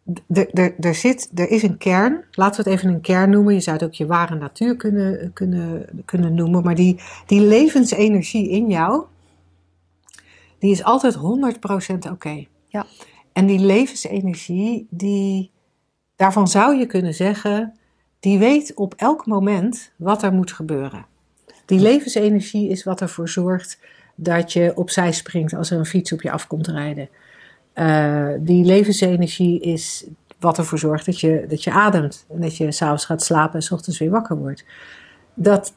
er, er, er, zit, er is een kern, laten we het even een kern noemen. Je zou het ook je ware natuur kunnen, kunnen, kunnen noemen. Maar die, die levensenergie in jou, die is altijd honderd procent oké. Okay. Ja. En die levensenergie, die, daarvan zou je kunnen zeggen, die weet op elk moment wat er moet gebeuren. Die levensenergie is wat ervoor zorgt dat je opzij springt als er een fiets op je af komt rijden. Uh, die levensenergie is wat ervoor zorgt dat je, dat je ademt. En dat je 's avonds gaat slapen en 's ochtends weer wakker wordt. Dat,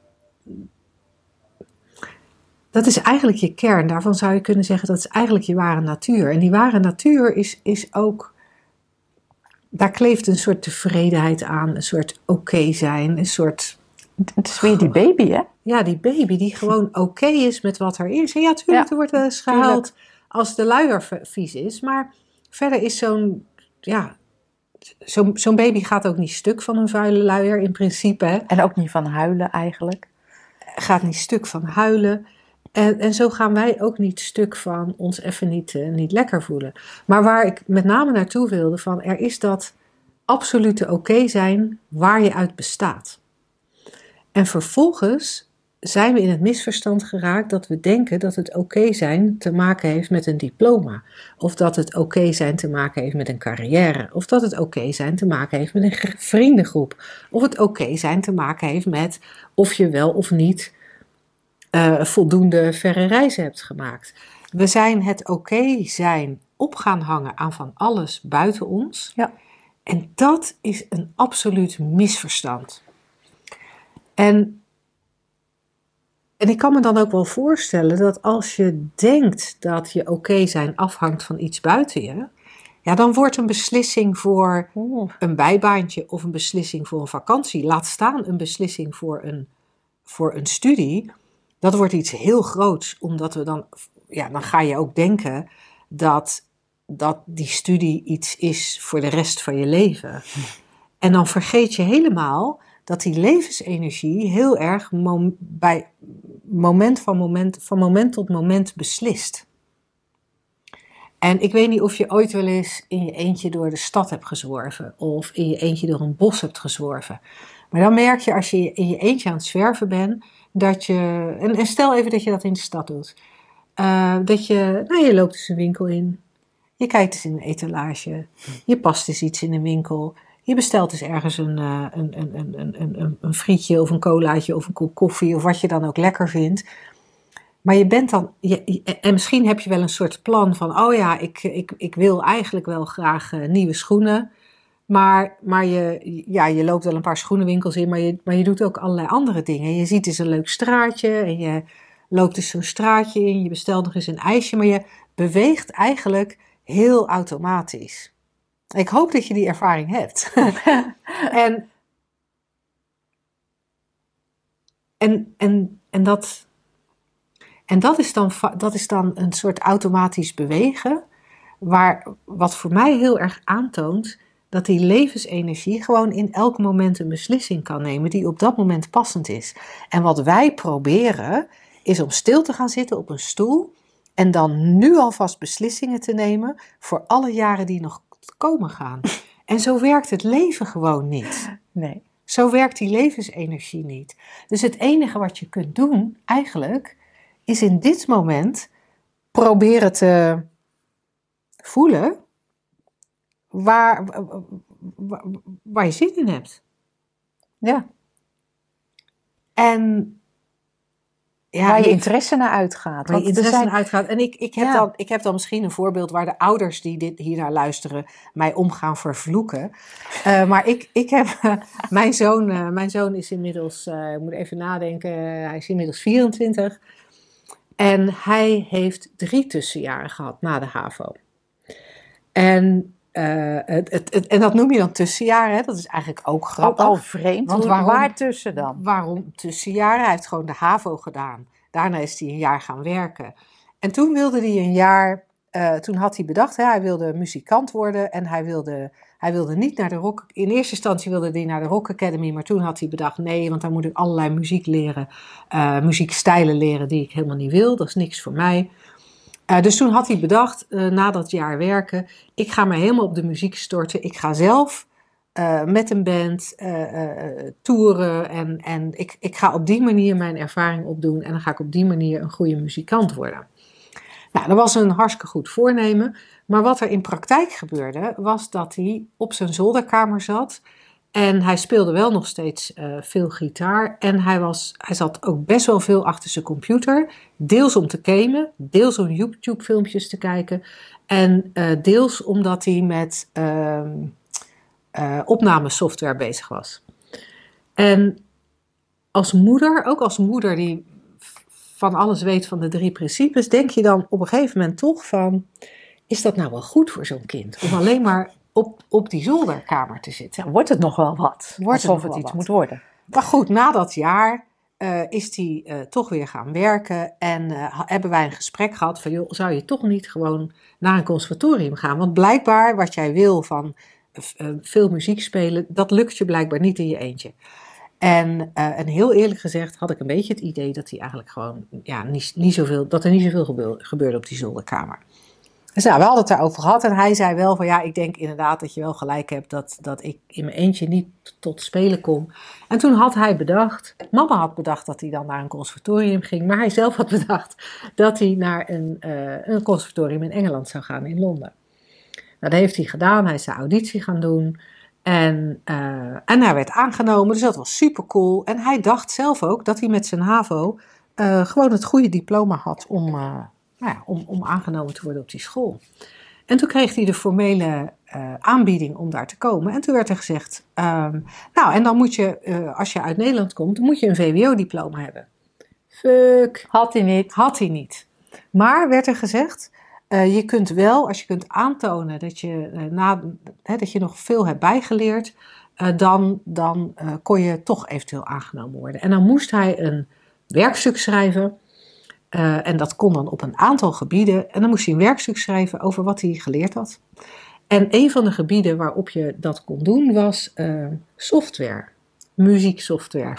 dat is eigenlijk je kern. Daarvan zou je kunnen zeggen dat is eigenlijk je ware natuur. En die ware natuur is, is ook... Daar kleeft een soort tevredenheid aan. Een soort oké okay zijn. Een soort... Het is weer die baby, hè? Ja, die baby die gewoon oké okay is met wat er is. En ja, tuurlijk, ja, er wordt wel eens gehuild als de luier vies is. Maar verder is zo'n... Ja, zo'n, zo'n baby gaat ook niet stuk van een vuile luier in principe. Hè? En ook niet van huilen eigenlijk. Gaat niet stuk van huilen. En, en zo gaan wij ook niet stuk van ons even niet, uh, niet lekker voelen. Maar waar ik met name naartoe wilde, van er is dat absolute oké okay zijn waar je uit bestaat. En vervolgens zijn we in het misverstand geraakt dat we denken dat het oké okay zijn te maken heeft met een diploma. Of dat het oké okay zijn te maken heeft met een carrière. Of dat het oké okay zijn te maken heeft met een vriendengroep. Of het oké okay zijn te maken heeft met of je wel of niet uh, voldoende verre reizen hebt gemaakt. We zijn het oké okay zijn op gaan hangen aan van alles buiten ons. Ja. En dat is een absoluut misverstand. En, en ik kan me dan ook wel voorstellen dat als je denkt dat je oké okay zijn afhangt van iets buiten je, ja, dan wordt een beslissing voor een bijbaantje of een beslissing voor een vakantie, laat staan een beslissing voor een, voor een studie, dat wordt iets heel groots, omdat we dan, ja, dan ga je ook denken dat, dat die studie iets is voor de rest van je leven. En dan vergeet je helemaal dat die levensenergie heel erg mom, bij moment van moment, van moment tot moment beslist. En ik weet niet of je ooit wel eens in je eentje door de stad hebt gezworven. Of in je eentje door een bos hebt gezworven. Maar dan merk je als je in je eentje aan het zwerven bent, dat je, en, en stel even dat je dat in de stad doet. Uh, dat je, nou je loopt eens een winkel in. Je kijkt eens in een etalage. Je past eens iets in een winkel. Je bestelt dus ergens een, uh, een, een, een, een, een, een frietje of een colaatje of een kop koffie of wat je dan ook lekker vindt. Maar je bent dan, je, en misschien heb je wel een soort plan van, oh ja, ik, ik, ik wil eigenlijk wel graag uh, nieuwe schoenen. Maar, maar je, ja, je loopt wel een paar schoenenwinkels in, maar je, maar je doet ook allerlei andere dingen. Je ziet eens een leuk straatje en je loopt dus zo'n straatje in, je bestelt nog eens een ijsje, maar je beweegt eigenlijk heel automatisch. Ik hoop dat je die ervaring hebt. en, en, en, en, dat, en dat, is dan, dat is dan een soort automatisch bewegen, waar, wat voor mij heel erg aantoont dat die levensenergie gewoon in elk moment een beslissing kan nemen die op dat moment passend is. En wat wij proberen is om stil te gaan zitten op een stoel en dan nu alvast beslissingen te nemen voor alle jaren die nog komen gaan. En zo werkt het leven gewoon niet. Nee. Zo werkt die levensenergie niet. Dus het enige wat je kunt doen eigenlijk is in dit moment proberen te voelen waar, waar, waar je zin in hebt. Ja. En ja, waar je ik, interesse naar uitgaat. Waar je interesse zijn... naar uitgaat. En ik, ik, heb ja. dan, ik heb dan misschien een voorbeeld waar de ouders die dit hier naar luisteren mij om gaan vervloeken. Uh, maar ik, ik heb, uh, mijn, zoon, uh, mijn zoon is inmiddels, uh, ik moet even nadenken, uh, hij is inmiddels vierentwintig. En hij heeft drie tussenjaren gehad na de HAVO. En, uh, het, het, het, en dat noem je dan tussenjaren, hè? Dat is eigenlijk ook grappig. Al vreemd, want waarom, waar tussen dan? Waarom tussenjaren? Hij heeft gewoon de HAVO gedaan. Daarna is hij een jaar gaan werken. En toen wilde hij een jaar, uh, toen had hij bedacht, hè, hij wilde muzikant worden en hij wilde, hij wilde niet naar de rock. In eerste instantie wilde hij naar de Rock Academy, maar toen had hij bedacht, nee, want dan moet ik allerlei muziek leren, uh, muziekstijlen leren die ik helemaal niet wil. Dat is niks voor mij. Uh, dus toen had hij bedacht, uh, na dat jaar werken, ik ga me helemaal op de muziek storten. Ik ga zelf uh, met een band uh, uh, toeren en, en ik, ik ga op die manier mijn ervaring opdoen en dan ga ik op die manier een goede muzikant worden. Nou, dat was een hartstikke goed voornemen, maar wat er in praktijk gebeurde, was dat hij op zijn zolderkamer zat en hij speelde wel nog steeds uh, veel gitaar en hij, was, hij zat ook best wel veel achter zijn computer, deels om te gamen, deels om YouTube-filmpjes te kijken en uh, deels omdat hij met uh, uh, opnamesoftware bezig was. En als moeder, ook als moeder die van alles weet van de drie principes, denk je dan op een gegeven moment toch van, is dat nou wel goed voor zo'n kind? Om alleen maar op, op die zolderkamer te zitten. Ja, wordt het nog wel wat? Wordt Alsof het, het iets wat. moet worden. Maar goed, na dat jaar uh, is hij uh, toch weer gaan werken en uh, hebben wij een gesprek gehad van, joh, zou je toch niet gewoon naar een conservatorium gaan? Want blijkbaar wat jij wil van uh, veel muziek spelen, dat lukt je blijkbaar niet in je eentje. En, uh, en heel eerlijk gezegd had ik een beetje het idee dat hij eigenlijk gewoon, ja, niet, niet zoveel, dat er niet zoveel gebeurde, gebeurde op die zolderkamer. Dus nou, we hadden het daarover gehad en hij zei wel van ja, ik denk inderdaad dat je wel gelijk hebt dat, dat ik in mijn eentje niet tot spelen kom. En toen had hij bedacht, mama had bedacht dat hij dan naar een conservatorium ging, maar hij zelf had bedacht dat hij naar een, uh, een conservatorium in Engeland zou gaan, in Londen. Nou, dat heeft hij gedaan, hij is de auditie gaan doen. En, uh, en hij werd aangenomen, dus dat was super cool. En hij dacht zelf ook dat hij met zijn HAVO uh, gewoon het goede diploma had om, uh, nou ja, om, om aangenomen te worden op die school. En toen kreeg hij de formele uh, aanbieding om daar te komen. En toen werd er gezegd, um, nou en dan moet je, uh, als je uit Nederland komt, dan moet je een V W O-diploma hebben. Fuck. Had hij niet. Had hij niet. Maar werd er gezegd, Uh, je kunt wel, als je kunt aantonen dat je, uh, na, hè, dat je nog veel hebt bijgeleerd, uh, dan, dan uh, kon je toch eventueel aangenomen worden. En dan moest hij een werkstuk schrijven uh, en dat kon dan op een aantal gebieden. En dan moest hij een werkstuk schrijven over wat hij geleerd had. En een van de gebieden waarop je dat kon doen was uh, software, muzieksoftware.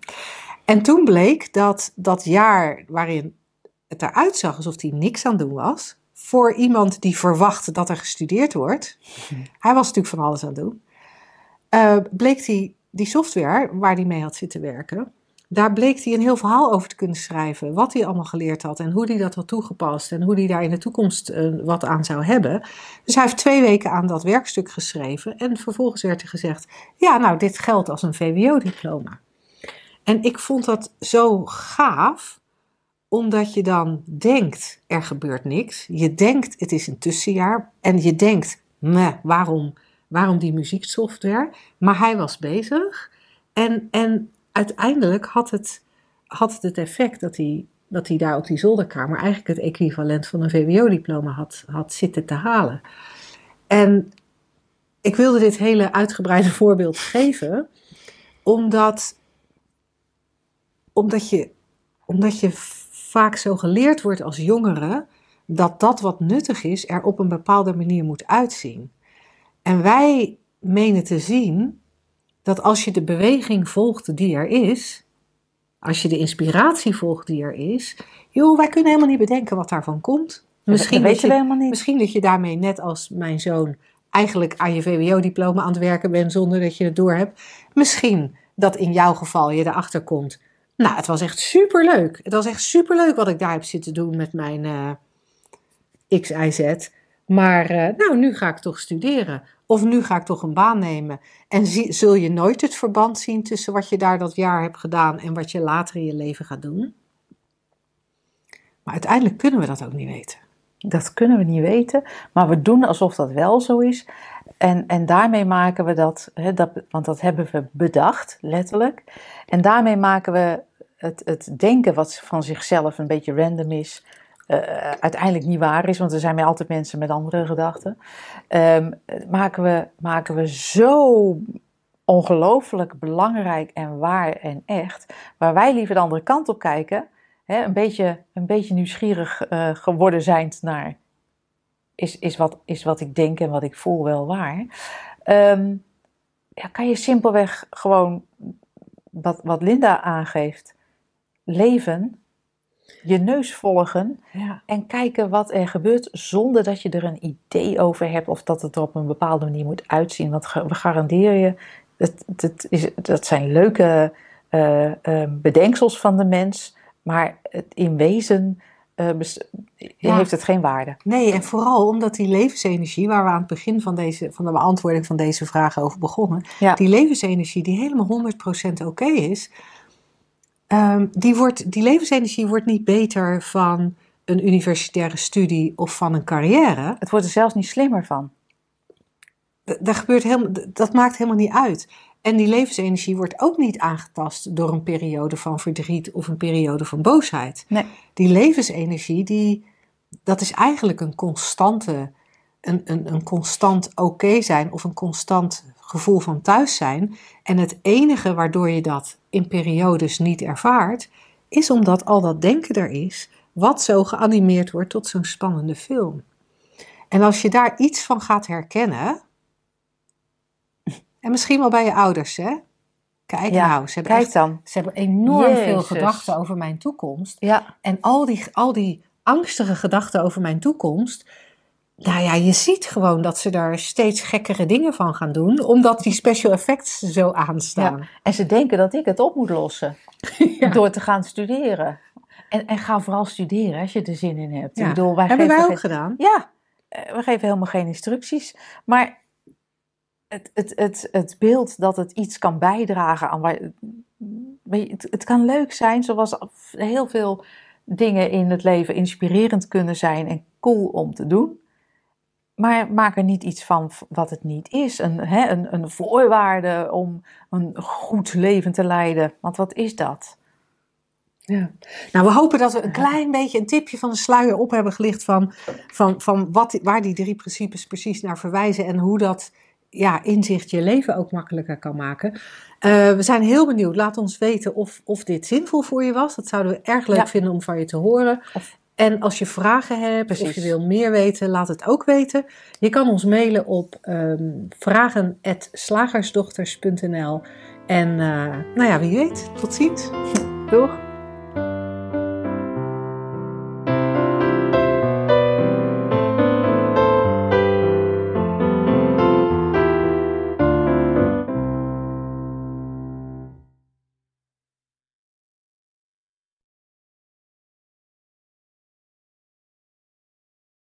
En toen bleek dat dat jaar waarin het eruit zag alsof hij niks aan het doen was, voor iemand die verwacht dat er gestudeerd wordt, hij was natuurlijk van alles aan het doen, uh, bleek hij die software waar hij mee had zitten werken, daar bleek hij een heel verhaal over te kunnen schrijven, wat hij allemaal geleerd had en hoe hij dat had toegepast en hoe hij daar in de toekomst uh, wat aan zou hebben. Dus hij heeft twee weken aan dat werkstuk geschreven en vervolgens werd er gezegd, ja nou dit geldt als een V W O-diploma. En ik vond dat zo gaaf, omdat je dan denkt, er gebeurt niks. Je denkt, het is een tussenjaar. En je denkt, meh, waarom, waarom die muzieksoftware? Maar hij was bezig. En, en uiteindelijk had het, had het het effect dat hij, dat hij daar op die zolderkamer eigenlijk het equivalent van een V W O-diploma had, had zitten te halen. En ik wilde dit hele uitgebreide voorbeeld geven, omdat, omdat je, omdat je vaak zo geleerd wordt als jongere, dat dat wat nuttig is er op een bepaalde manier moet uitzien. En wij menen te zien dat als je de beweging volgt die er is, als je de inspiratie volgt die er is, joh, wij kunnen helemaal niet bedenken wat daarvan komt. Misschien dat weten je, we helemaal niet. Misschien dat je daarmee net als mijn zoon eigenlijk aan je V W O-diploma aan het werken bent zonder dat je het doorhebt. Misschien dat in jouw geval je erachter komt, nou, het was echt superleuk. Het was echt superleuk wat ik daar heb zitten doen met mijn uh, X, Y, Z. Maar uh, nou, nu ga ik toch studeren. Of nu ga ik toch een baan nemen. En zie, zul je nooit het verband zien tussen wat je daar dat jaar hebt gedaan en wat je later in je leven gaat doen? Maar uiteindelijk kunnen we dat ook niet weten. Dat kunnen we niet weten, maar we doen alsof dat wel zo is. En, en daarmee maken we dat, hè, dat, want dat hebben we bedacht, letterlijk. En daarmee maken we het, het denken wat van zichzelf een beetje random is, uh, uiteindelijk niet waar is, want er zijn weer altijd mensen met andere gedachten. Um, maken, we, maken we zo ongelooflijk belangrijk en waar en echt, waar wij liever de andere kant op kijken. He, een, beetje, een beetje nieuwsgierig uh, geworden zijnd naar, is, is, wat, is wat ik denk en wat ik voel wel waar? Um, ja, kan je simpelweg gewoon, wat, wat Linda aangeeft, leven je neus volgen Ja. en kijken wat er gebeurt zonder dat je er een idee over hebt of dat het er op een bepaalde manier moet uitzien. Want we garanderen je, dat, dat, is, dat zijn leuke uh, uh, bedenksels van de mens, maar het, in wezen uh, bes- Ja. heeft het geen waarde. Nee, en vooral omdat die levensenergie, waar we aan het begin van, deze, van de beantwoording van deze vragen over begonnen, Ja. die levensenergie die helemaal honderd procent oké is, um, die, wordt, die levensenergie wordt niet beter van een universitaire studie of van een carrière. Het wordt er zelfs niet slimmer van. D- daar gebeurt helemaal, dat maakt helemaal niet uit. En die levensenergie wordt ook niet aangetast door een periode van verdriet of een periode van boosheid. Nee. Die levensenergie, die, dat is eigenlijk een constante, een, een, een constant oké zijn of een constant gevoel van thuis zijn. En het enige waardoor je dat in periodes niet ervaart, is omdat al dat denken er is, wat zo geanimeerd wordt tot zo'n spannende film. En als je daar iets van gaat herkennen, en misschien wel bij je ouders, hè? Kijk Ja, nou, ze hebben, kijk echt, dan. ze hebben enorm veel Jezus. gedachten over mijn toekomst. Ja, En al die, al die angstige gedachten over mijn toekomst, nou ja, je ziet gewoon dat ze daar steeds gekkere dingen van gaan doen, omdat die special effects zo aanstaan. ja. En ze denken dat ik het op moet lossen Ja. door te gaan studeren. En, en ga vooral studeren als je er zin in hebt. Ja. Ik bedoel, wij Hebben wij geven ook geen- gedaan. Ja, eh, we geven helemaal geen instructies. Maar het, het, het, het beeld dat het iets kan bijdragen aan... Waar, weet je, het, het kan leuk zijn, zoals heel veel dingen in het leven inspirerend kunnen zijn en cool om te doen. Maar maak er niet iets van wat het niet is. Een, hè, een, een voorwaarde om een goed leven te leiden. Want wat is dat? Ja. Nou, we hopen dat we een klein beetje een tipje van de sluier op hebben gelicht van, van, van wat, waar die drie principes precies naar verwijzen en hoe dat ja, inzicht je leven ook makkelijker kan maken. Uh, we zijn heel benieuwd. Laat ons weten of, of dit zinvol voor je was. Dat zouden we erg leuk Ja. vinden om van je te horen. Of- En als je vragen hebt Precies. of je wil meer weten, laat het ook weten. Je kan ons mailen op um, vragen at slagersdochters punt n l. En uh, nou ja, wie weet. Tot ziens. Doeg!